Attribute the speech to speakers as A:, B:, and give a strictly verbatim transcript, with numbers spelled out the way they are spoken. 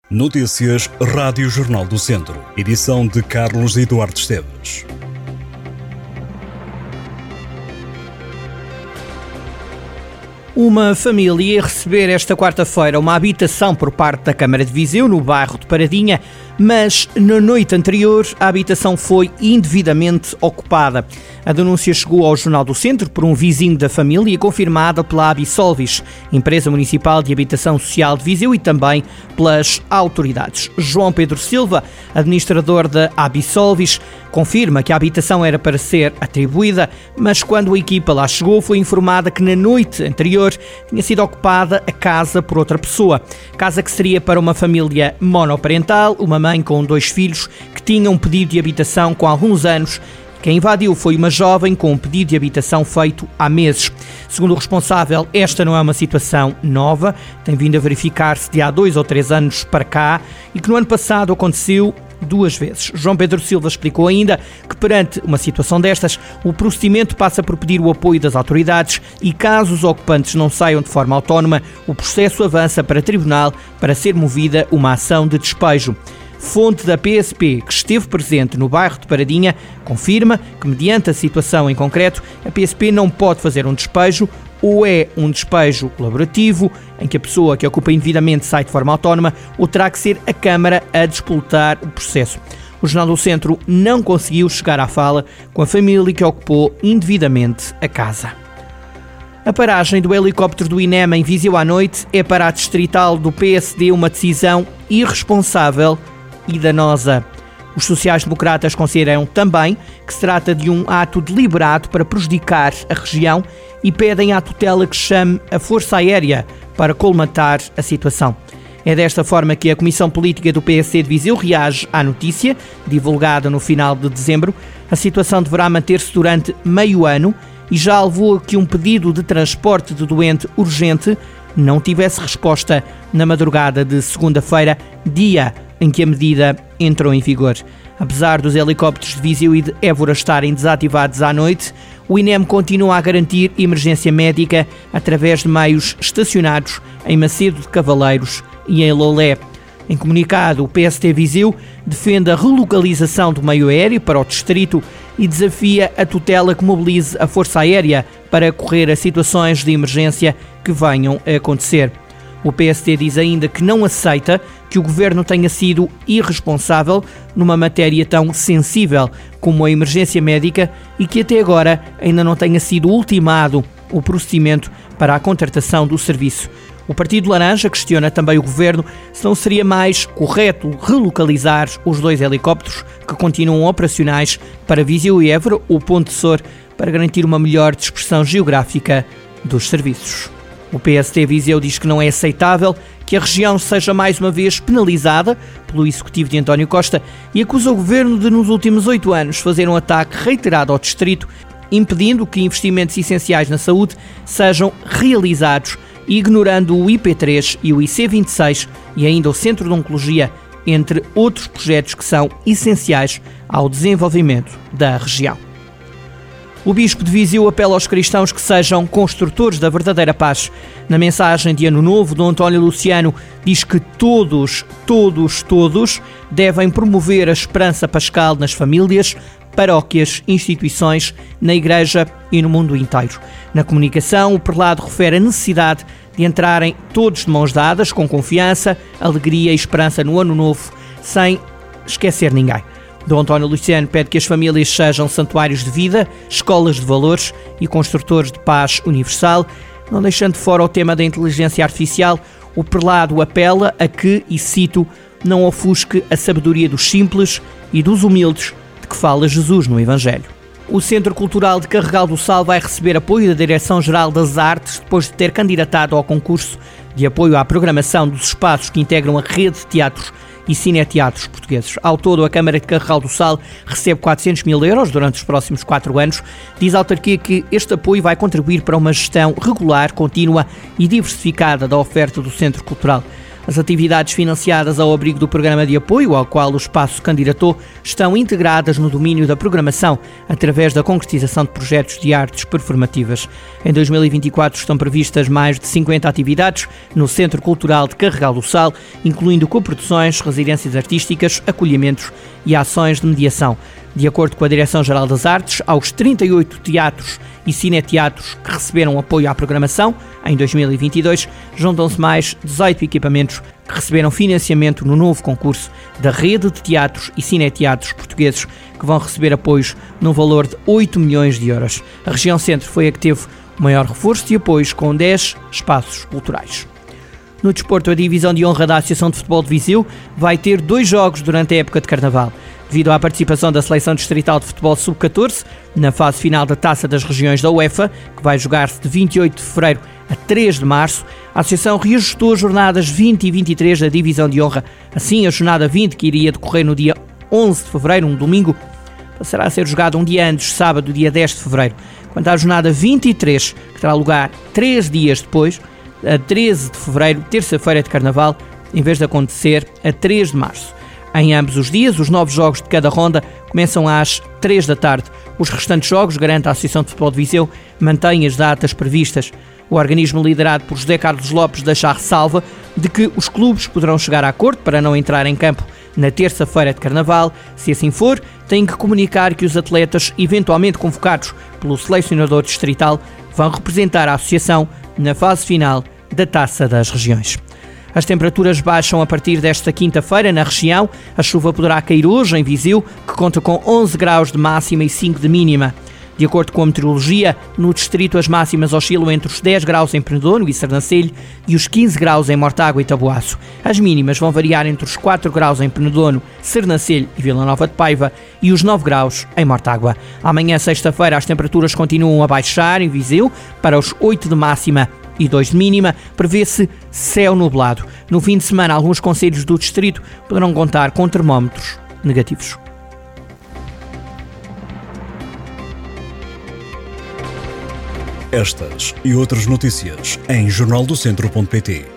A: Notícias Rádio Jornal do Centro. Edição de Carlos Eduardo Esteves.
B: Uma família ia receber esta quarta-feira uma habitação por parte da Câmara de Viseu, no bairro de Paradinha, mas na noite anterior a habitação foi indevidamente ocupada. A denúncia chegou ao Jornal do Centro por um vizinho da família e confirmada pela Absolvis, empresa municipal de habitação social de Viseu, e também pelas autoridades. João Pedro Silva, administrador da Absolvis, confirma que a habitação era para ser atribuída, mas quando a equipa lá chegou foi informada que na noite anterior tinha sido ocupada a casa por outra pessoa. Casa que seria para uma família monoparental, uma mãe com dois filhos que tinham um pedido de habitação com alguns anos. Quem invadiu foi uma jovem com um pedido de habitação feito há meses. Segundo o responsável, esta não é uma situação nova, tem vindo a verificar-se de há dois ou três anos para cá e que no ano passado aconteceu duas vezes. João Pedro Silva explicou ainda que perante uma situação destas, o procedimento passa por pedir o apoio das autoridades e caso os ocupantes não saiam de forma autónoma, o processo avança para tribunal para ser movida uma ação de despejo. Fonte da P S P, que esteve presente no bairro de Paradinha, confirma que, mediante a situação em concreto, a P S P não pode fazer um despejo ou é um despejo colaborativo, em que a pessoa que ocupa indevidamente sai de forma autónoma, ou terá que ser a Câmara a disputar o processo. O Jornal do Centro não conseguiu chegar à fala com a família que ocupou indevidamente a casa. A paragem do helicóptero do INEM em Viseu à noite é para a distrital do P S D uma decisão irresponsável e danosa. Os sociais-democratas consideram também que se trata de um ato deliberado para prejudicar a região e pedem à tutela que chame a Força Aérea para colmatar a situação. É desta forma que a Comissão Política do P S D de Viseu reage à notícia, divulgada no final de dezembro. A situação deverá manter-se durante meio ano e já levou a que um pedido de transporte de doente urgente não tivesse resposta na madrugada de segunda-feira, dia em que a medida entrou em vigor. Apesar dos helicópteros de Viseu e de Évora estarem desativados à noite, o INEM continua a garantir emergência médica através de meios estacionados em Macedo de Cavaleiros e em Lolé. Em comunicado, o P S D Viseu defende a relocalização do meio aéreo para o distrito e desafia a tutela que mobilize a Força Aérea para acorrer a situações de emergência que venham a acontecer. O P S D diz ainda que não aceita que o Governo tenha sido irresponsável numa matéria tão sensível como a emergência médica e que até agora ainda não tenha sido ultimado o procedimento para a contratação do serviço. O Partido Laranja questiona também o Governo se não seria mais correto relocalizar os dois helicópteros que continuam operacionais para Viseu e Évora ou Ponte de Sor para garantir uma melhor dispersão geográfica dos serviços. O P S D Viseu diz que não é aceitável que a região seja mais uma vez penalizada pelo executivo de António Costa e acusa o Governo de, nos últimos oito anos, fazer um ataque reiterado ao distrito, impedindo que investimentos essenciais na saúde sejam realizados e ignorando o I P três e o I C vinte e seis e ainda o Centro de Oncologia, entre outros projetos que são essenciais ao desenvolvimento da região. O Bispo de Viseu apela aos cristãos que sejam construtores da verdadeira paz. Na mensagem de Ano Novo, Dom António Luciano diz que todos, todos, todos devem promover a esperança pascal nas famílias, paróquias, instituições, na Igreja e no mundo inteiro. Na comunicação, o prelado refere a necessidade de entrarem todos de mãos dadas, com confiança, alegria e esperança no Ano Novo, sem esquecer ninguém. Dom António Luciano pede que as famílias sejam santuários de vida, escolas de valores e construtores de paz universal. Não deixando de fora o tema da inteligência artificial, o prelado apela a que, e cito, não ofusque a sabedoria dos simples e dos humildes de que fala Jesus no Evangelho. O Centro Cultural de Carregal do Sal vai receber apoio da Direção-Geral das Artes depois de ter candidatado ao concurso de apoio à programação dos espaços que integram a rede de teatros e cineteatros portugueses. Ao todo, a Câmara de Carregal do Sal recebe quatrocentos mil euros durante os próximos quatro anos. Diz a autarquia que este apoio vai contribuir para uma gestão regular, contínua e diversificada da oferta do Centro Cultural. As atividades financiadas ao abrigo do programa de apoio ao qual o espaço candidatou estão integradas no domínio da programação, através da concretização de projetos de artes performativas. Em dois mil e vinte e quatro estão previstas mais de cinquenta atividades no Centro Cultural de Carregal do Sal, incluindo coproduções, residências artísticas, acolhimentos e ações de mediação. De acordo com a Direção-Geral das Artes, aos trinta e oito teatros e cineteatros que receberam apoio à programação em dois mil e vinte e dois, juntam-se mais dezoito equipamentos que receberam financiamento no novo concurso da Rede de Teatros e Cineteatros Portugueses, que vão receber apoios no valor de oito milhões de euros. A região centro foi a que teve o maior reforço de apoios, com dez espaços culturais. No desporto, a divisão de honra da Associação de Futebol de Viseu vai ter dois jogos durante a época de Carnaval. Devido à participação da Seleção Distrital de Futebol sub catorze na fase final da Taça das Regiões da UEFA, que vai jogar-se de vinte e oito de fevereiro a três de março, a Associação reajustou as jornadas vinte e vinte e três da divisão de honra. Assim, a jornada vinte, que iria decorrer no dia onze de fevereiro, um domingo, passará a ser jogada um dia antes, sábado, dia dez de fevereiro. Quanto à jornada vinte e três, que terá lugar três dias depois, a treze de fevereiro, terça-feira de Carnaval, em vez de acontecer a três de março. Em ambos os dias, os nove jogos de cada ronda começam às três da tarde. Os restantes jogos, garante a Associação de Futebol de Viseu, mantém as datas previstas. O organismo liderado por José Carlos Lopes deixa a ressalva de que os clubes poderão chegar a acordo para não entrar em campo na terça-feira de Carnaval. Se assim for, têm que comunicar que os atletas eventualmente convocados pelo selecionador distrital vão representar a associação na fase final da Taça das Regiões. As temperaturas baixam a partir desta quinta-feira na região. A chuva poderá cair hoje em Viseu, que conta com onze graus de máxima e cinco de mínima. De acordo com a meteorologia, no distrito as máximas oscilam entre os dez graus em Penedono e Sernancelho e os quinze graus em Mortágua e Taboaço. As mínimas vão variar entre os quatro graus em Penedono, Sernancelho e Vila Nova de Paiva e os nove graus em Mortágua. Amanhã, sexta-feira, as temperaturas continuam a baixar em Viseu para os oito de máxima e dois de mínima. Prevê-se céu nublado. No fim de semana, alguns concelhos do distrito poderão contar com termómetros negativos.
A: Estas e outras notícias em jornal do centro ponto pt.